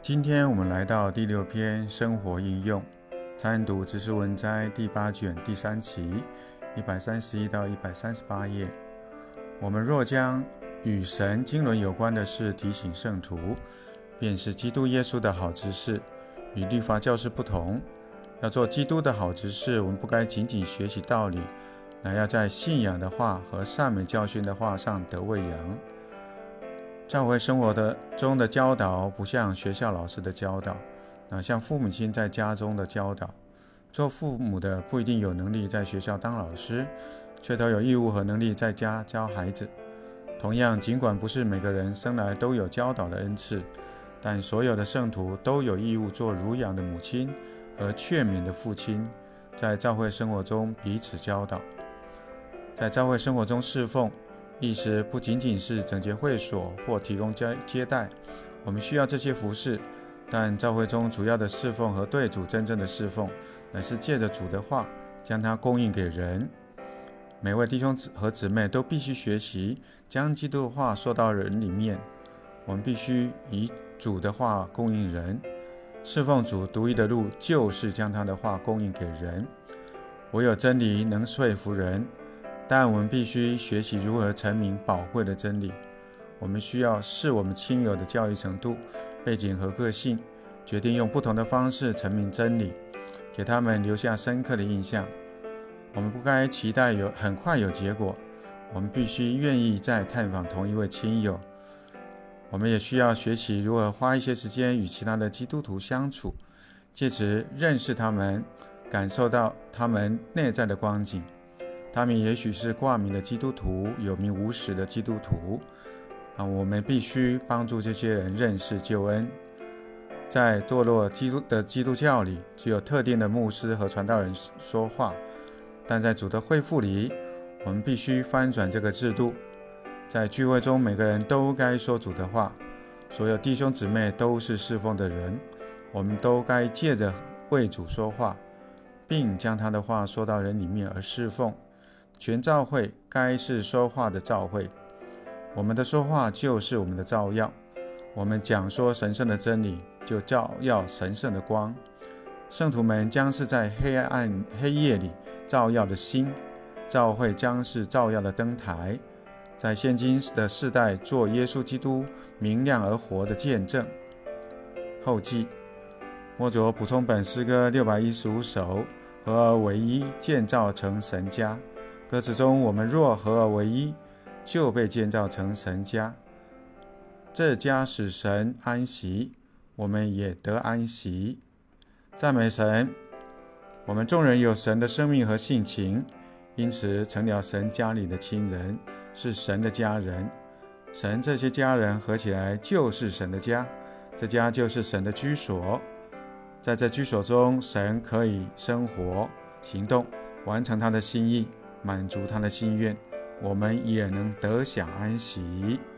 今天我们来到第6篇生活应用，参读知识文摘第8卷第3期131到138页。我们若将与神经纶有关的事提醒圣徒，便是基督耶稣的好执事，与律法教师不同。要做基督的好执事，我们不该仅仅学习道理，乃要在信仰的话和善美教训的话上得喂养。教会生活中的教导不像学校老师的教导，哪像父母亲在家中的教导。做父母的不一定有能力在学校当老师，却都有义务和能力在家教孩子。同样，尽管不是每个人生来都有教导的恩赐，但所有的圣徒都有义务做乳养的母亲和劝勉的父亲，在教会生活中彼此教导。在教会生活中侍奉，意思不仅仅是整洁会所或提供接待，我们需要这些服事，但教会中主要的侍奉和对主真正的侍奉，乃是借着主的话将它供应给人。每位弟兄和姊妹都必须学习将基督的话说到人里面。我们必须以主的话供应人，侍奉主独一的路就是将他的话供应给人。唯有真理能说服人，但我们必须学习如何阐明宝贵的真理。我们需要视我们亲友的教育程度、背景和个性，决定用不同的方式阐明真理，给他们留下深刻的印象。我们不该期待很快有结果，我们必须愿意再探访同一位亲友。我们也需要学习如何花一些时间与其他的基督徒相处，借此认识他们，感受到他们内在的光景。他们也许是挂名的基督徒，有名无实的基督徒。我们必须帮助这些人认识救恩。在堕落的基督教里，只有特定的牧师和传道人说话，但在主的恢复里，我们必须翻转这个制度。在聚会中，每个人都该说主的话，所有弟兄姊妹都是侍奉的人，我们都该借着为主说话，并将他的话说到人里面而侍奉。全教会该是说话的教会，我们的说话就是我们的照耀。我们讲说神圣的真理，就照耀神圣的光。圣徒们将是在黑夜里照耀的星，教会将是照耀的灯台，在现今的世代做耶稣基督明亮而活的见证。后记：默着补充本诗歌615首，合而为一，建造成神家。歌词中，我们若合而为一，就被建造成神家。这家使神安息，我们也得安息。赞美神！我们众人有神的生命和性情，因此成了神家里的亲人，是神的家人。神这些家人合起来就是神的家，这家就是神的居所。在这居所中，神可以生活、行动，完成他的心意，满足他的心愿，我们也能得享安息。